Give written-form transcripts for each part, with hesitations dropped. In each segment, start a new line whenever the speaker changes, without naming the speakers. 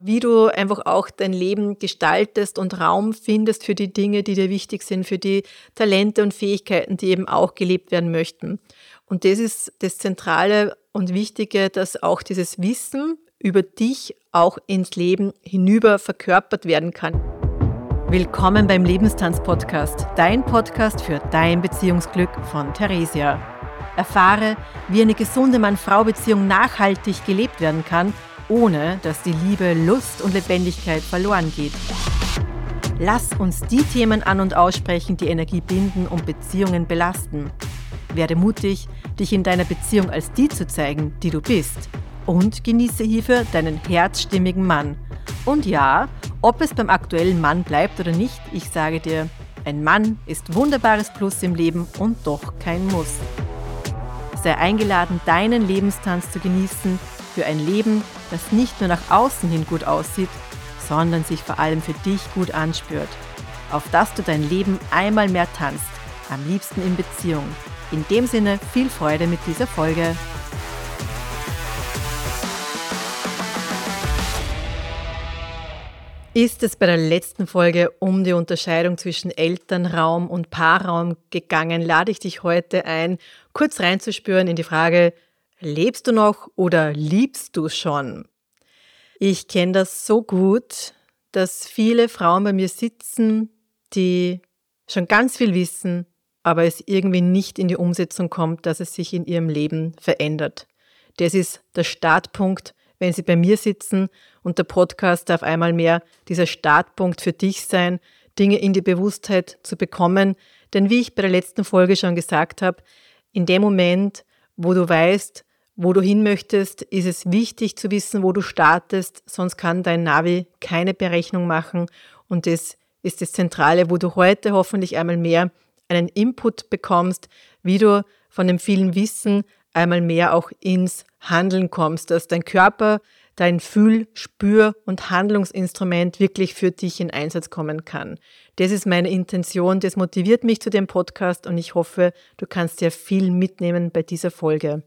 wie du einfach auch dein Leben gestaltest und Raum findest für die Dinge, die dir wichtig sind, für die Talente und Fähigkeiten, die eben auch gelebt werden möchten. Und das ist das Zentrale und Wichtige, dass auch dieses Wissen über dich auch ins Leben hinüber verkörpert werden kann. Willkommen beim Lebenstanz-Podcast, dein Podcast für dein Beziehungsglück von Theresia. Erfahre, wie eine gesunde Mann-Frau-Beziehung nachhaltig gelebt werden kann, ohne dass die Liebe, Lust und Lebendigkeit verloren geht. Lass uns die Themen an- und aussprechen, die Energie binden und Beziehungen belasten. Werde mutig, dich in deiner Beziehung als die zu zeigen, die du bist. Und genieße hierfür deinen herzstimmigen Mann. Und ja, ob es beim aktuellen Mann bleibt oder nicht, ich sage dir, ein Mann ist wunderbares Plus im Leben und doch kein Muss. Sei eingeladen, deinen Lebenstanz zu genießen für ein Leben, das nicht nur nach außen hin gut aussieht, sondern sich vor allem für dich gut anspürt. Auf dass du dein Leben einmal mehr tanzt, am liebsten in Beziehung. In dem Sinne, viel Freude mit dieser Folge. Ist es bei der letzten Folge um die Unterscheidung zwischen Elternraum und Paarraum gegangen, lade ich dich heute ein, kurz reinzuspüren in die Frage, lebst du noch oder liebst du schon? Ich kenne das so gut, dass viele Frauen bei mir sitzen, die schon ganz viel wissen, aber es irgendwie nicht in die Umsetzung kommt, dass es sich in ihrem Leben verändert. Das ist der Startpunkt, wenn sie bei mir sitzen, und der Podcast darf einmal mehr dieser Startpunkt für dich sein, Dinge in die Bewusstheit zu bekommen. Denn wie ich bei der letzten Folge schon gesagt habe, in dem Moment, wo du weißt, wo du hin möchtest, ist es wichtig zu wissen, wo du startest, sonst kann dein Navi keine Berechnung machen. Und das ist das Zentrale, wo du heute hoffentlich einmal mehr einen Input bekommst, wie du von dem vielen Wissen einmal mehr auch ins Handeln kommst, dass dein Körper, dein Fühl-, Spür- und Handlungsinstrument wirklich für dich in Einsatz kommen kann. Das ist meine Intention, das motiviert mich zu dem Podcast und ich hoffe, du kannst dir viel mitnehmen bei dieser Folge.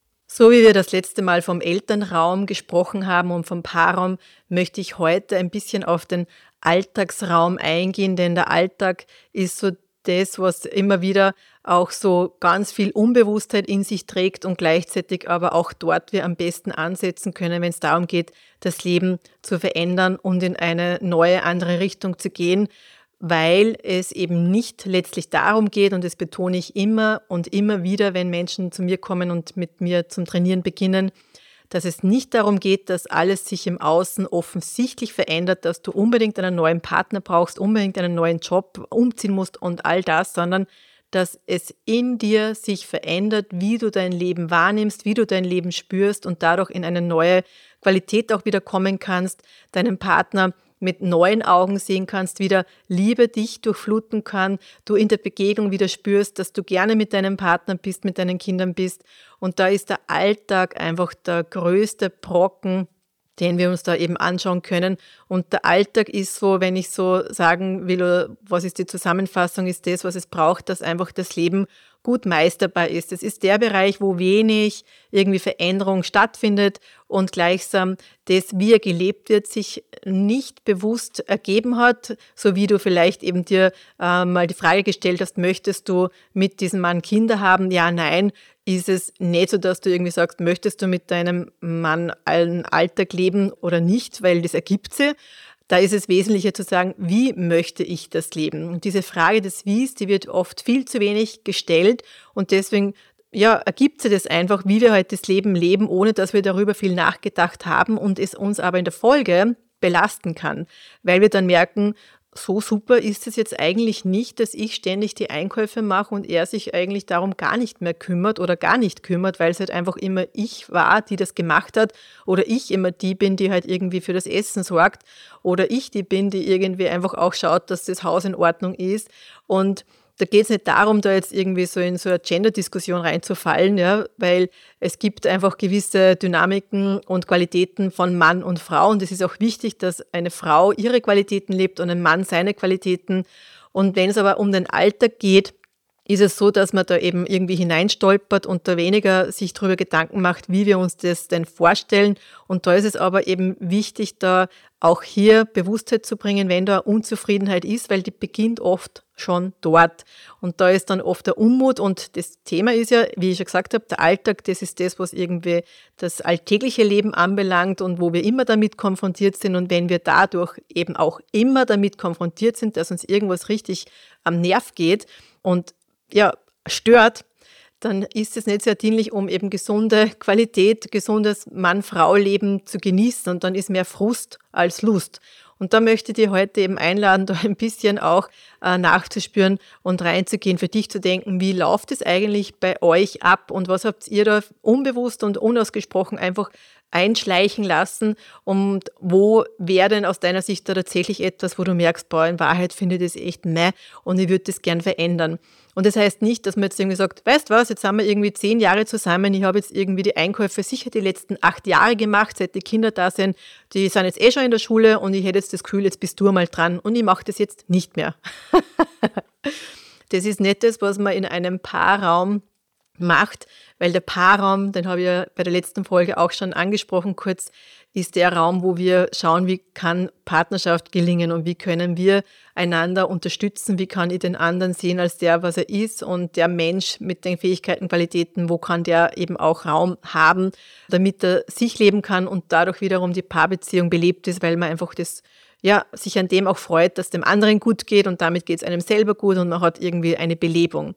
So wie wir das letzte Mal vom Elternraum gesprochen haben und vom Paarraum, möchte ich heute ein bisschen auf den Alltagsraum eingehen, denn der Alltag ist so das, was immer wieder auch so ganz viel Unbewusstheit in sich trägt und gleichzeitig aber auch dort wir am besten ansetzen können, wenn es darum geht, das Leben zu verändern und in eine neue, andere Richtung zu gehen, weil es eben nicht letztlich darum geht, und das betone ich immer und immer wieder, wenn Menschen zu mir kommen und mit mir zum Trainieren beginnen, dass es nicht darum geht, dass alles sich im Außen offensichtlich verändert, dass du unbedingt einen neuen Partner brauchst, unbedingt einen neuen Job umziehen musst und all das, sondern dass es in dir sich verändert, wie du dein Leben wahrnimmst, wie du dein Leben spürst und dadurch in eine neue Qualität auch wieder kommen kannst, deinen Partner mit neuen Augen sehen kannst, wieder Liebe dich durchfluten kann, du in der Begegnung wieder spürst, dass du gerne mit deinem Partner bist, mit deinen Kindern bist. Und da ist der Alltag einfach der größte Brocken, den wir uns da eben anschauen können. Und der Alltag ist so, wenn ich so sagen will, oder was ist die Zusammenfassung, ist das, was es braucht, dass einfach das Leben gut meisterbar ist. Es ist der Bereich, wo wenig irgendwie Veränderung stattfindet und gleichsam das, wie er gelebt wird, sich nicht bewusst ergeben hat, so wie du vielleicht eben dir mal die Frage gestellt hast, möchtest du mit diesem Mann Kinder haben? Ja, nein. Ist es nicht so, dass du irgendwie sagst, möchtest du mit deinem Mann einen Alltag leben oder nicht, weil das ergibt sie. Da ist es wesentlicher zu sagen, wie möchte ich das leben? Und diese Frage des Wies, die wird oft viel zu wenig gestellt und deswegen ergibt sie das einfach, wie wir heute das Leben leben, ohne dass wir darüber viel nachgedacht haben und es uns aber in der Folge belasten kann, weil wir dann merken, so super ist es jetzt eigentlich nicht, dass ich ständig die Einkäufe mache und er sich eigentlich darum gar nicht mehr kümmert oder gar nicht kümmert, weil es halt einfach immer ich war, die das gemacht hat oder ich immer die bin, die halt irgendwie für das Essen sorgt oder ich die bin, die irgendwie einfach auch schaut, dass das Haus in Ordnung ist. Und da geht es nicht darum, da jetzt irgendwie so in so eine Gender-Diskussion reinzufallen, ja, weil es gibt einfach gewisse Dynamiken und Qualitäten von Mann und Frau und es ist auch wichtig, dass eine Frau ihre Qualitäten lebt und ein Mann seine Qualitäten. Und wenn es aber um den Alltag geht, ist es so, dass man da eben irgendwie hineinstolpert und da weniger sich darüber Gedanken macht, wie wir uns das denn vorstellen. Und da ist es aber eben wichtig, da auch hier Bewusstheit zu bringen, wenn da Unzufriedenheit ist, weil die beginnt oft schon dort. Und da ist dann oft der Unmut und das Thema ist ja, wie ich schon gesagt habe, der Alltag, das ist das, was irgendwie das alltägliche Leben anbelangt und wo wir immer damit konfrontiert sind. Und wenn wir dadurch eben auch immer damit konfrontiert sind, dass uns irgendwas richtig am Nerv geht und ja, stört, dann ist es nicht sehr dienlich, um eben gesunde Qualität, gesundes Mann-Frau-Leben zu genießen. Und dann ist mehr Frust als Lust. Und da möchte ich dir heute eben einladen, da ein bisschen auch nachzuspüren und reinzugehen, für dich zu denken, wie läuft es eigentlich bei euch ab und was habt ihr da unbewusst und unausgesprochen einfach einschleichen lassen und wo wäre denn aus deiner Sicht da tatsächlich etwas, wo du merkst, boah, in Wahrheit finde ich das echt meh und ich würde das gern verändern. Und das heißt nicht, dass man jetzt irgendwie sagt, weißt was, jetzt sind wir irgendwie 10 Jahre zusammen, ich habe jetzt irgendwie die Einkäufe sicher die letzten 8 Jahre gemacht, seit die Kinder da sind, die sind jetzt eh schon in der Schule und ich hätte jetzt das Gefühl, jetzt bist du mal dran und ich mache das jetzt nicht mehr. Das ist nicht das, was man in einem Paarraum macht, weil der Paarraum, den habe ich ja bei der letzten Folge auch schon angesprochen kurz, ist der Raum, wo wir schauen, wie kann Partnerschaft gelingen und wie können wir einander unterstützen, wie kann ich den anderen sehen als der, was er ist und der Mensch mit den Fähigkeiten, Qualitäten, wo kann der eben auch Raum haben, damit er sich leben kann und dadurch wiederum die Paarbeziehung belebt ist, weil man einfach das sich an dem auch freut, dass dem anderen gut geht und damit geht es einem selber gut und man hat irgendwie eine Belebung.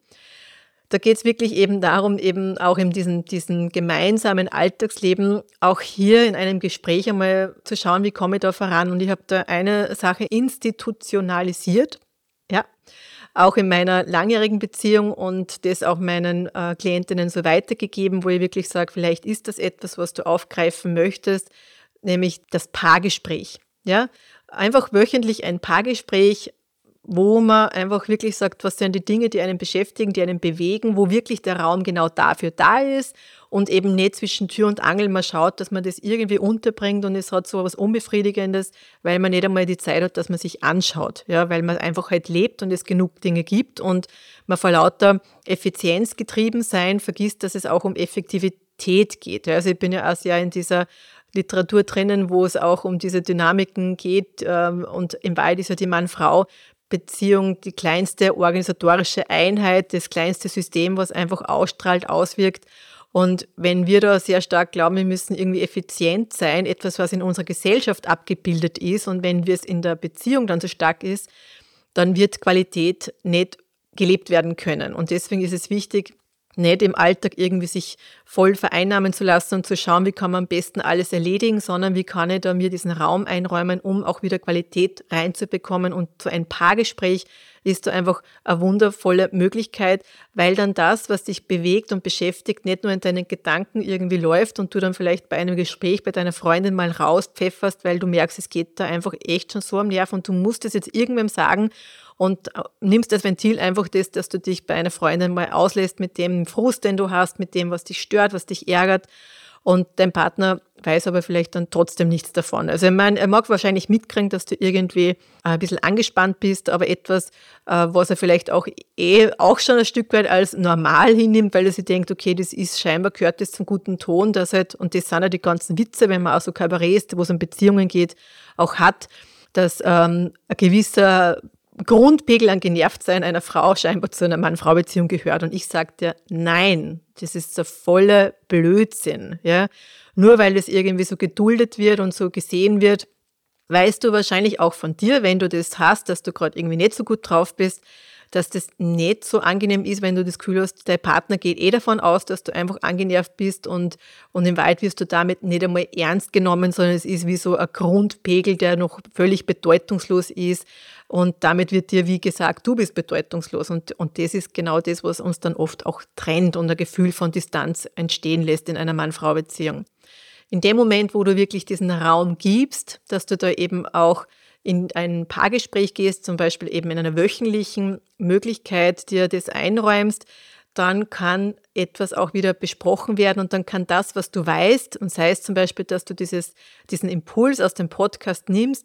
Da geht es wirklich eben darum, eben auch in diesem gemeinsamen Alltagsleben auch hier in einem Gespräch einmal zu schauen, wie komme ich da voran. Und ich habe da eine Sache institutionalisiert, ja, auch in meiner langjährigen Beziehung und das auch meinen Klientinnen so weitergegeben, wo ich wirklich sage, vielleicht ist das etwas, was du aufgreifen möchtest, nämlich das Paargespräch. Ja, einfach wöchentlich ein Paargespräch, wo man einfach wirklich sagt, was sind die Dinge, die einen beschäftigen, die einen bewegen, wo wirklich der Raum genau dafür da ist und eben nicht zwischen Tür und Angel man schaut, dass man das irgendwie unterbringt und es hat so was Unbefriedigendes, weil man nicht einmal die Zeit hat, dass man sich anschaut, ja, weil man einfach halt lebt und es genug Dinge gibt und man vor lauter Effizienz getrieben sein vergisst, dass es auch um Effektivität geht. Ja, also ich bin ja auch sehr in dieser Literatur drinnen, wo es auch um diese Dynamiken geht und im Wald ist ja die Mann-Frau-Beziehung die kleinste organisatorische Einheit, das kleinste System, was einfach ausstrahlt, auswirkt. Und wenn wir da sehr stark glauben, wir müssen irgendwie effizient sein, etwas, was in unserer Gesellschaft abgebildet ist und wenn es in der Beziehung dann so stark ist, dann wird Qualität nicht gelebt werden können. Und deswegen ist es wichtig, nicht im Alltag irgendwie sich voll vereinnahmen zu lassen und zu schauen, wie kann man am besten alles erledigen, sondern wie kann ich da mir diesen Raum einräumen, um auch wieder Qualität reinzubekommen. Und so ein Paargespräch ist da einfach eine wundervolle Möglichkeit, weil dann das, was dich bewegt und beschäftigt, nicht nur in deinen Gedanken irgendwie läuft und du dann vielleicht bei einem Gespräch bei deiner Freundin mal rauspfefferst, weil du merkst, es geht da einfach echt schon so am Nerv und du musst es jetzt irgendwem sagen und nimmst das Ventil einfach das, dass du dich bei einer Freundin mal auslässt mit dem Frust, den du hast, mit dem, was dich stört, was dich ärgert. Und dein Partner weiß aber vielleicht dann trotzdem nichts davon. Also ich meine, er mag wahrscheinlich mitkriegen, dass du irgendwie ein bisschen angespannt bist, aber etwas, was er vielleicht auch auch schon ein Stück weit als normal hinnimmt, weil er sich denkt, okay, das ist scheinbar, gehört das zum guten Ton, dass halt, und das sind ja die ganzen Witze, wenn man auch so Kabarets, wo es um Beziehungen geht, auch hat, dass ein gewisser Grundpegel an Genervtsein einer Frau scheinbar zu einer Mann-Frau-Beziehung gehört. Und ich sage dir, nein, das ist der volle Blödsinn. Ja? Nur weil es irgendwie so geduldet wird und so gesehen wird, weißt du wahrscheinlich auch von dir, wenn du das hast, dass du gerade irgendwie nicht so gut drauf bist, dass das nicht so angenehm ist, wenn du das Gefühl hast, dein Partner geht davon aus, dass du einfach angenervt bist und im Wald wirst du damit nicht einmal ernst genommen, sondern es ist wie so ein Grundpegel, der noch völlig bedeutungslos ist und damit wird dir, wie gesagt, du bist bedeutungslos und das ist genau das, was uns dann oft auch trennt und ein Gefühl von Distanz entstehen lässt in einer Mann-Frau-Beziehung. In dem Moment, wo du wirklich diesen Raum gibst, dass du da eben auch in ein Paargespräch gehst, zum Beispiel eben in einer wöchentlichen Möglichkeit dir das einräumst, dann kann etwas auch wieder besprochen werden und dann kann das, was du weißt, und sei es zum Beispiel, dass du diesen Impuls aus dem Podcast nimmst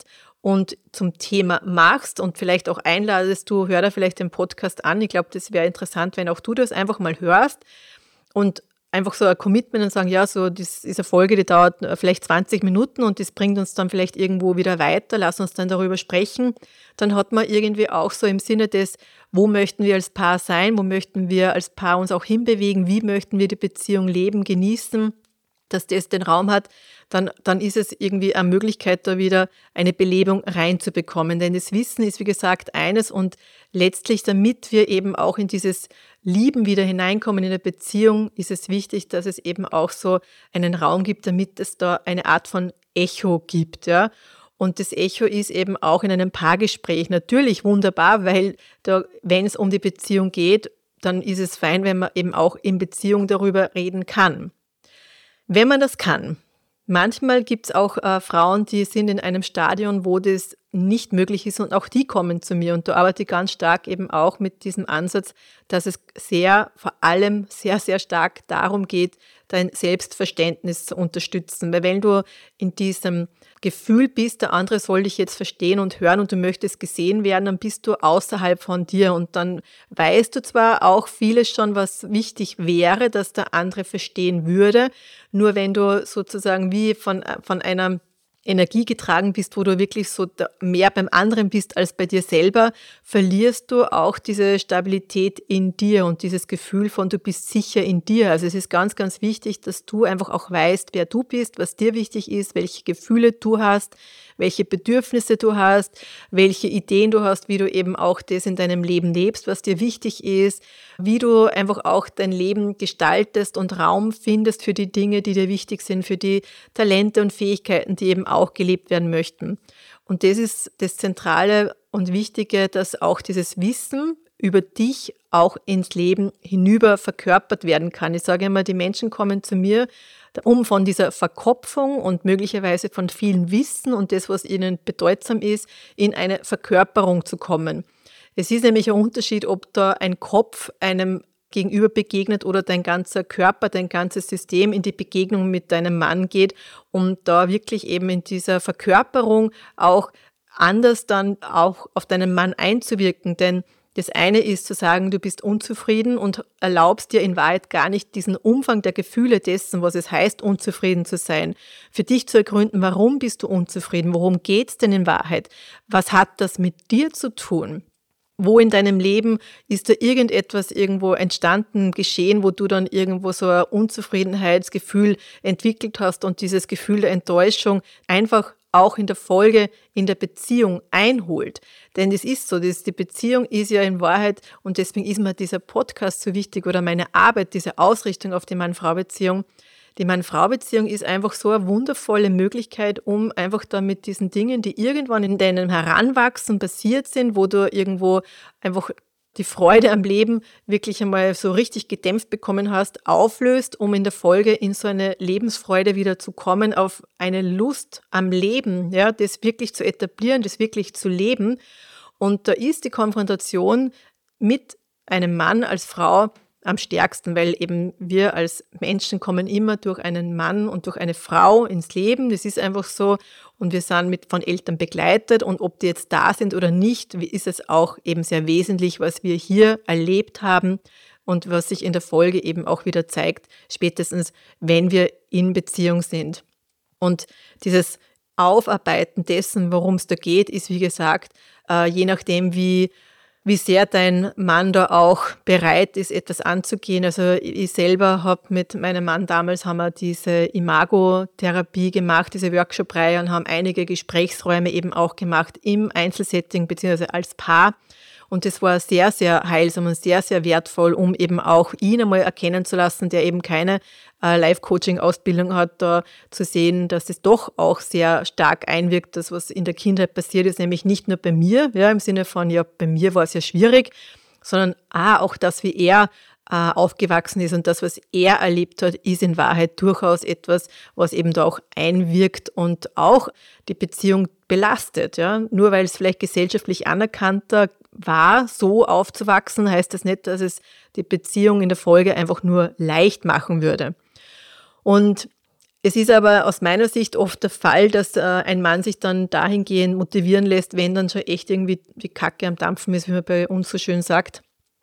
und zum Thema machst und vielleicht auch einladest, du hör da vielleicht den Podcast an. Ich glaube, das wäre interessant, wenn auch du das einfach mal hörst und einfach so ein Commitment und sagen, ja, so das ist eine Folge, die dauert vielleicht 20 Minuten und das bringt uns dann vielleicht irgendwo wieder weiter, lass uns dann darüber sprechen. Dann hat man irgendwie auch so im Sinne des, wo möchten wir als Paar sein, wo möchten wir als Paar uns auch hinbewegen, wie möchten wir die Beziehung leben, genießen, dass das den Raum hat, dann ist es irgendwie eine Möglichkeit, da wieder eine Belebung reinzubekommen. Denn das Wissen ist, wie gesagt, eines und letztlich, damit wir eben auch in dieses Lieben wieder hineinkommen in der Beziehung, ist es wichtig, dass es eben auch so einen Raum gibt, damit es da eine Art von Echo gibt, ja. Und das Echo ist eben auch in einem Paargespräch natürlich wunderbar, weil da, wenn es um die Beziehung geht, dann ist es fein, wenn man eben auch in Beziehung darüber reden kann. Wenn man das kann. Manchmal gibt es auch Frauen, die sind in einem Stadion, wo das nicht möglich ist und auch die kommen zu mir und da arbeite ich ganz stark eben auch mit diesem Ansatz, dass es vor allem sehr, sehr stark darum geht, dein Selbstverständnis zu unterstützen. Weil wenn du in diesem Gefühl bist, der andere soll dich jetzt verstehen und hören und du möchtest gesehen werden, dann bist du außerhalb von dir und dann weißt du zwar auch vieles schon, was wichtig wäre, dass der andere verstehen würde, nur wenn du sozusagen wie von einer Energie getragen bist, wo du wirklich so mehr beim anderen bist als bei dir selber, verlierst du auch diese Stabilität in dir und dieses Gefühl von, du bist sicher in dir. Also es ist ganz, ganz wichtig, dass du einfach auch weißt, wer du bist, was dir wichtig ist, welche Gefühle du hast, welche Bedürfnisse du hast, welche Ideen du hast, wie du eben auch das in deinem Leben lebst, was dir wichtig ist, wie du einfach auch dein Leben gestaltest und Raum findest für die Dinge, die dir wichtig sind, für die Talente und Fähigkeiten, die eben auch gelebt werden möchten. Und das ist das Zentrale und Wichtige, dass auch dieses Wissen über dich auch ins Leben hinüber verkörpert werden kann. Ich sage immer, die Menschen kommen zu mir, um von dieser Verkopfung und möglicherweise von vielen Wissen und das, was ihnen bedeutsam ist, in eine Verkörperung zu kommen. Es ist nämlich ein Unterschied, ob da ein Kopf einem gegenüber begegnet oder dein ganzer Körper, dein ganzes System in die Begegnung mit deinem Mann geht, um da wirklich eben in dieser Verkörperung auch anders dann auch auf deinen Mann einzuwirken. Denn das eine ist zu sagen, du bist unzufrieden und erlaubst dir in Wahrheit gar nicht diesen Umfang der Gefühle dessen, was es heißt, unzufrieden zu sein, für dich zu ergründen, warum bist du unzufrieden, worum geht's denn in Wahrheit, was hat das mit dir zu tun? Wo in deinem Leben ist da irgendetwas irgendwo entstanden, geschehen, wo du dann irgendwo so ein Unzufriedenheitsgefühl entwickelt hast und dieses Gefühl der Enttäuschung einfach auch in der Folge in der Beziehung einholt. Denn es ist so, die Beziehung ist ja in Wahrheit, und deswegen ist mir dieser Podcast so wichtig oder meine Arbeit, diese Ausrichtung auf die Mann-Frau-Beziehung. Die Mann-Frau-Beziehung ist einfach so eine wundervolle Möglichkeit, um einfach da mit diesen Dingen, die irgendwann in deinem Heranwachsen passiert sind, wo du irgendwo einfach die Freude am Leben wirklich einmal so richtig gedämpft bekommen hast, auflöst, um in der Folge in so eine Lebensfreude wieder zu kommen, auf eine Lust am Leben, ja, das wirklich zu etablieren, das wirklich zu leben. Und da ist die Konfrontation mit einem Mann als Frau am stärksten, weil eben wir als Menschen kommen immer durch einen Mann und durch eine Frau ins Leben. Das ist einfach so. Und wir sind von Eltern begleitet. Und ob die jetzt da sind oder nicht, ist es auch eben sehr wesentlich, was wir hier erlebt haben und was sich in der Folge eben auch wieder zeigt, spätestens wenn wir in Beziehung sind. Und dieses Aufarbeiten dessen, worum es da geht, ist wie gesagt, je nachdem, wie sehr dein Mann da auch bereit ist, etwas anzugehen. Also ich selber habe mit meinem Mann damals haben wir diese Imago-Therapie gemacht, diese Workshop-Reihe und haben einige Gesprächsräume eben auch gemacht im Einzelsetting bzw. als Paar. Und das war sehr, sehr heilsam und sehr, sehr wertvoll, um eben auch ihn einmal erkennen zu lassen, der eben keine Life-Coaching-Ausbildung hat, da zu sehen, dass es doch auch sehr stark einwirkt, das, was in der Kindheit passiert ist, nämlich nicht nur bei mir, ja, im Sinne von, ja, bei mir war es ja schwierig, sondern auch das, wie er aufgewachsen ist und das, was er erlebt hat, ist in Wahrheit durchaus etwas, was eben da auch einwirkt und auch die Beziehung belastet. Ja. Nur weil es vielleicht gesellschaftlich anerkannter war, so aufzuwachsen, heißt das nicht, dass es die Beziehung in der Folge einfach nur leicht machen würde. Und Es ist aber aus meiner Sicht oft der Fall, dass ein Mann sich dann dahingehend motivieren lässt, wenn dann schon echt irgendwie die Kacke am Dampfen ist, wie man bei uns so schön sagt.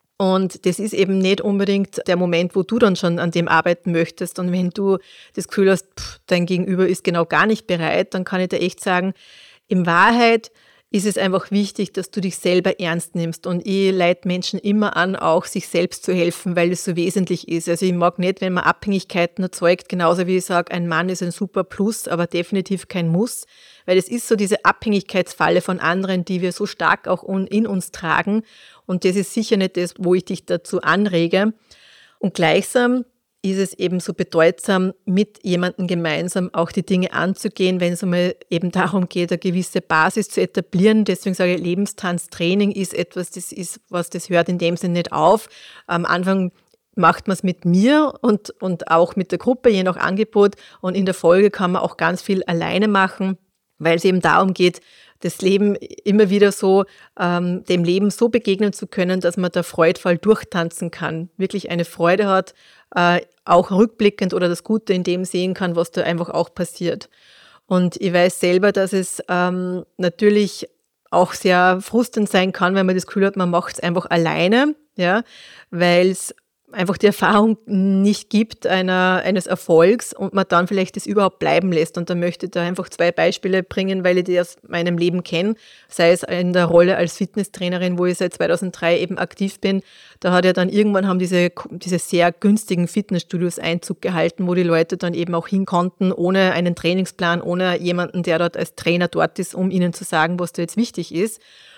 Und das ist eben nicht unbedingt der Moment, wo du dann schon an dem arbeiten möchtest. Und wenn du das Gefühl hast, dein Gegenüber ist genau gar nicht bereit, dann kann ich dir echt sagen, in Wahrheit ist es einfach wichtig, dass du dich selber ernst nimmst. Und ich leite Menschen immer an, auch sich selbst zu helfen, weil es so wesentlich ist. Also ich mag nicht, wenn man Abhängigkeiten erzeugt, genauso wie ich sage, ein Mann ist ein super Plus, aber definitiv kein Muss. Weil es ist so diese Abhängigkeitsfalle von anderen, die wir so stark auch in uns tragen. Und das ist sicher nicht das, wo ich dich dazu anrege. Und gleichsam ist es eben so bedeutsam, mit jemandem gemeinsam auch die Dinge anzugehen, wenn es einmal eben darum geht, eine gewisse Basis zu etablieren. Deswegen sage ich, Lebenstanztraining ist etwas, das hört in dem Sinne nicht auf. Am Anfang macht man es mit mir und auch mit der Gruppe, je nach Angebot. Und in der Folge kann man auch ganz viel alleine machen, weil es eben darum geht, das Leben immer wieder so, dem Leben so begegnen zu können, dass man der Freudfall durchtanzen kann, wirklich eine Freude hat, auch rückblickend oder das Gute in dem sehen kann, was da einfach auch passiert. Und ich weiß selber, dass es natürlich auch sehr frustrierend sein kann, wenn man das Gefühl hat, man macht es einfach alleine, ja, weil es einfach die Erfahrung nicht gibt eines Erfolgs und man dann vielleicht das überhaupt bleiben lässt. Und da möchte ich da einfach 2 Beispiele bringen, weil ich die aus meinem Leben kenne, sei es in der Rolle als Fitnesstrainerin, wo ich seit 2003 eben aktiv bin. Da hat ja dann irgendwann haben diese sehr günstigen Fitnessstudios Einzug gehalten, wo die Leute dann eben auch hin konnten, ohne einen Trainingsplan, ohne jemanden, der dort als Trainer dort ist, um ihnen zu sagen, was da jetzt wichtig ist.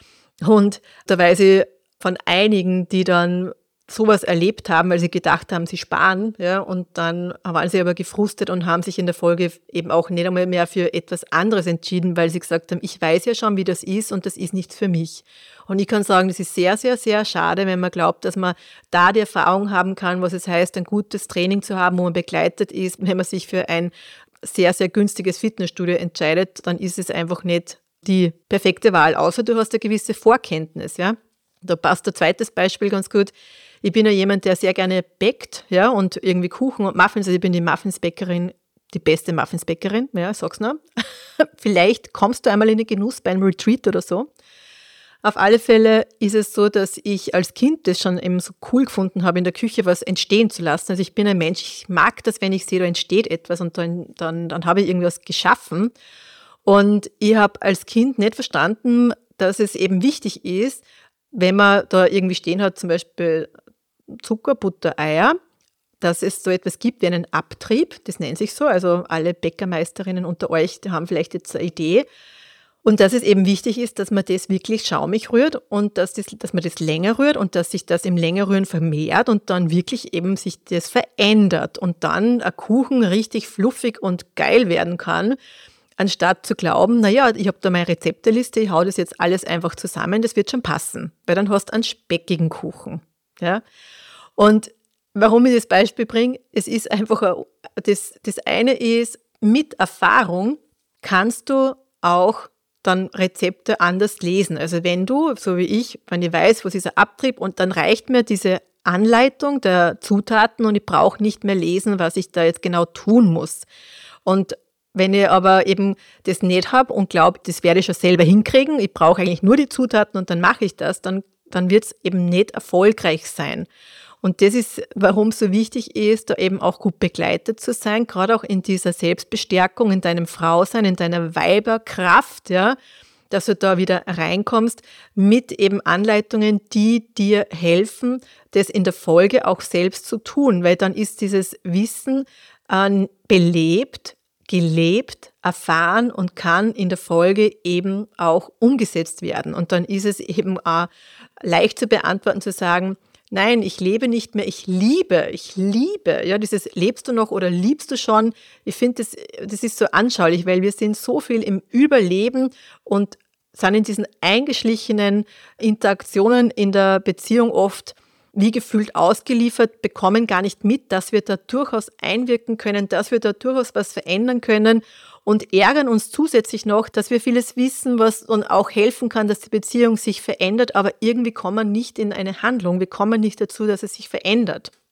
Und da weiß ich von einigen, die dann sowas erlebt haben, weil sie gedacht haben, sie sparen, ja, und dann waren sie aber gefrustet und haben sich in der Folge eben auch nicht einmal mehr für etwas anderes entschieden, weil sie gesagt haben, ich weiß ja schon, wie das ist und das ist nichts für mich. Und ich kann sagen, das ist sehr, sehr, sehr schade, wenn man glaubt, dass man da die Erfahrung haben kann, was es heißt, ein gutes Training zu haben, wo man begleitet ist. Wenn man sich für ein sehr, sehr günstiges Fitnessstudio entscheidet, dann ist es einfach nicht die perfekte Wahl, außer du hast eine gewisse Vorkenntnis, ja. Da passt ein zweites Beispiel ganz gut. Ich bin ja jemand, der sehr gerne backt, ja, und irgendwie Kuchen und Muffins. Also ich bin die Muffinsbäckerin, die beste Muffinsbäckerin, ja, sag's noch. Vielleicht kommst du einmal in den Genuss bei einem Retreat oder so. Auf alle Fälle ist es so, dass ich als Kind das schon eben so cool gefunden habe, in der Küche was entstehen zu lassen. Also ich bin ein Mensch, ich mag das, wenn ich sehe, da entsteht etwas und dann habe ich irgendwas geschaffen. Und ich habe als Kind nicht verstanden, dass es eben wichtig ist, wenn man da irgendwie stehen hat, zum Beispiel Zucker, Butter, Eier, dass es so etwas gibt wie einen Abtrieb, das nennt sich so, also alle Bäckermeisterinnen unter euch, die haben vielleicht jetzt eine Idee. Und dass es eben wichtig ist, dass man das wirklich schaumig rührt und dass man das länger rührt und dass sich das im Längerrühren vermehrt und dann wirklich eben sich das verändert und dann ein Kuchen richtig fluffig und geil werden kann, anstatt zu glauben, naja, ich habe da meine Rezepteliste, ich hau das jetzt alles einfach zusammen, das wird schon passen, weil dann hast du einen speckigen Kuchen. Ja? Und warum ich das Beispiel bringe, es ist einfach, das eine ist, mit Erfahrung kannst du auch dann Rezepte anders lesen. Also wenn du, so wie ich, wenn ich weiß, was ist ein Abtrieb und dann reicht mir diese Anleitung der Zutaten und ich brauche nicht mehr lesen, was ich da jetzt genau tun muss. Und wenn ich aber eben das nicht habe und glaube, das werde ich schon selber hinkriegen, ich brauche eigentlich nur die Zutaten und dann mache ich das, dann wird es eben nicht erfolgreich sein. Und das ist, warum es so wichtig ist, da eben auch gut begleitet zu sein, gerade auch in dieser Selbstbestärkung, in deinem Frausein, in deiner Weiberkraft, ja, dass du da wieder reinkommst mit eben Anleitungen, die dir helfen, das in der Folge auch selbst zu tun, weil dann ist dieses Wissen belebt, gelebt, erfahren und kann in der Folge eben auch umgesetzt werden. Und dann ist es eben auch leicht zu beantworten, zu sagen, nein, ich lebe nicht mehr, ich liebe. Ja, dieses lebst du noch oder liebst du schon? Ich finde, das ist so anschaulich, weil wir sind so viel im Überleben und sind in diesen eingeschlichenen Interaktionen in der Beziehung oft wie gefühlt ausgeliefert, bekommen gar nicht mit, dass wir da durchaus einwirken können, dass wir da durchaus was verändern können und ärgern uns zusätzlich noch, dass wir vieles wissen, was uns auch helfen kann, dass die Beziehung sich verändert, aber irgendwie kommen wir nicht in eine Handlung, wir kommen nicht dazu, dass es sich verändert.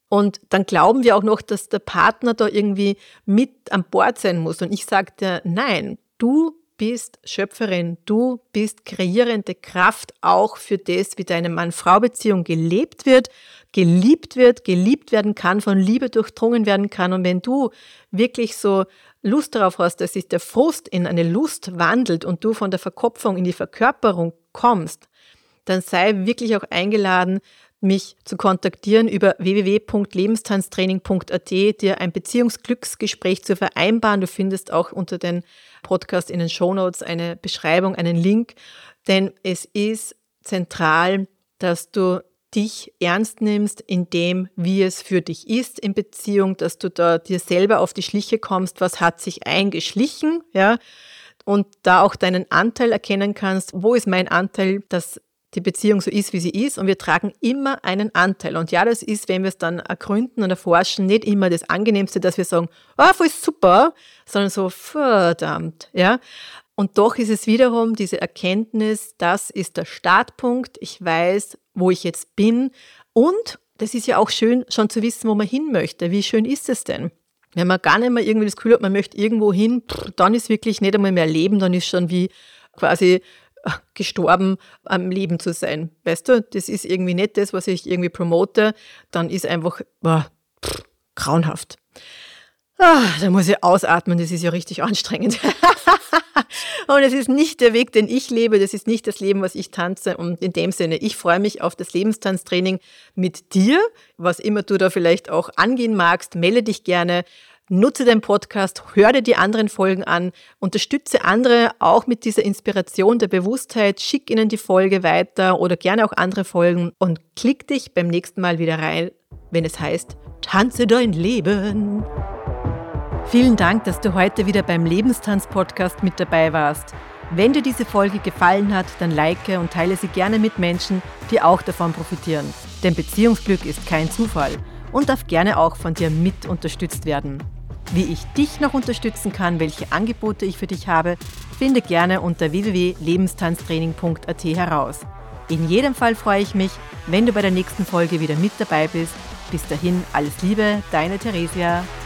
Und dann glauben wir auch noch, dass der Partner da irgendwie mit an Bord sein muss. Und ich sage dir, nein, du bist Schöpferin, du bist kreierende Kraft auch für das, wie deine Mann-Frau-Beziehung gelebt wird, geliebt werden kann, von Liebe durchdrungen werden kann. Und wenn du wirklich so Lust darauf hast, dass sich der Frust in eine Lust wandelt und du von der Verkopfung in die Verkörperung kommst, dann sei wirklich auch eingeladen, mich zu kontaktieren über www.lebenstanztraining.at, dir ein Beziehungsglücksgespräch zu vereinbaren. Du findest auch unter den Podcast in den Shownotes eine Beschreibung, einen Link, denn es ist zentral, dass du dich ernst nimmst in dem, wie es für dich ist in Beziehung, dass du da dir selber auf die Schliche kommst, was hat sich eingeschlichen, ja, und da auch deinen Anteil erkennen kannst, wo ist mein Anteil, dass die Beziehung so ist, wie sie ist, und wir tragen immer einen Anteil. Und ja, das ist, wenn wir es dann ergründen und erforschen, nicht immer das Angenehmste, dass wir sagen, voll super, sondern so, verdammt, ja. Und doch ist es wiederum diese Erkenntnis, das ist der Startpunkt, ich weiß, wo ich jetzt bin, und das ist ja auch schön, schon zu wissen, wo man hin möchte. Wie schön ist es denn? Wenn man gar nicht mehr irgendwie das Gefühl hat, man möchte irgendwo hin, dann ist wirklich nicht einmal mehr Leben, dann ist schon wie quasi gestorben, am Leben zu sein. Weißt du, das ist irgendwie nicht das, was ich irgendwie promote, dann ist einfach grauenhaft. Da muss ich ausatmen, das ist ja richtig anstrengend. Und es ist nicht der Weg, den ich lebe, das ist nicht das Leben, was ich tanze. Und in dem Sinne, ich freue mich auf das Lebenstanztraining mit dir. Was immer du da vielleicht auch angehen magst, melde dich gerne. Nutze den Podcast, hör dir die anderen Folgen an, unterstütze andere auch mit dieser Inspiration der Bewusstheit, schick ihnen die Folge weiter oder gerne auch andere Folgen und klick dich beim nächsten Mal wieder rein, wenn es heißt, tanze dein Leben. Vielen Dank, dass du heute wieder beim Lebenstanz-Podcast mit dabei warst. Wenn dir diese Folge gefallen hat, dann like und teile sie gerne mit Menschen, die auch davon profitieren. Denn Beziehungsglück ist kein Zufall und darf gerne auch von dir mit unterstützt werden. Wie ich dich noch unterstützen kann, welche Angebote ich für dich habe, finde gerne unter www.lebenstanztraining.at heraus. In jedem Fall freue ich mich, wenn du bei der nächsten Folge wieder mit dabei bist. Bis dahin, alles Liebe, deine Theresia.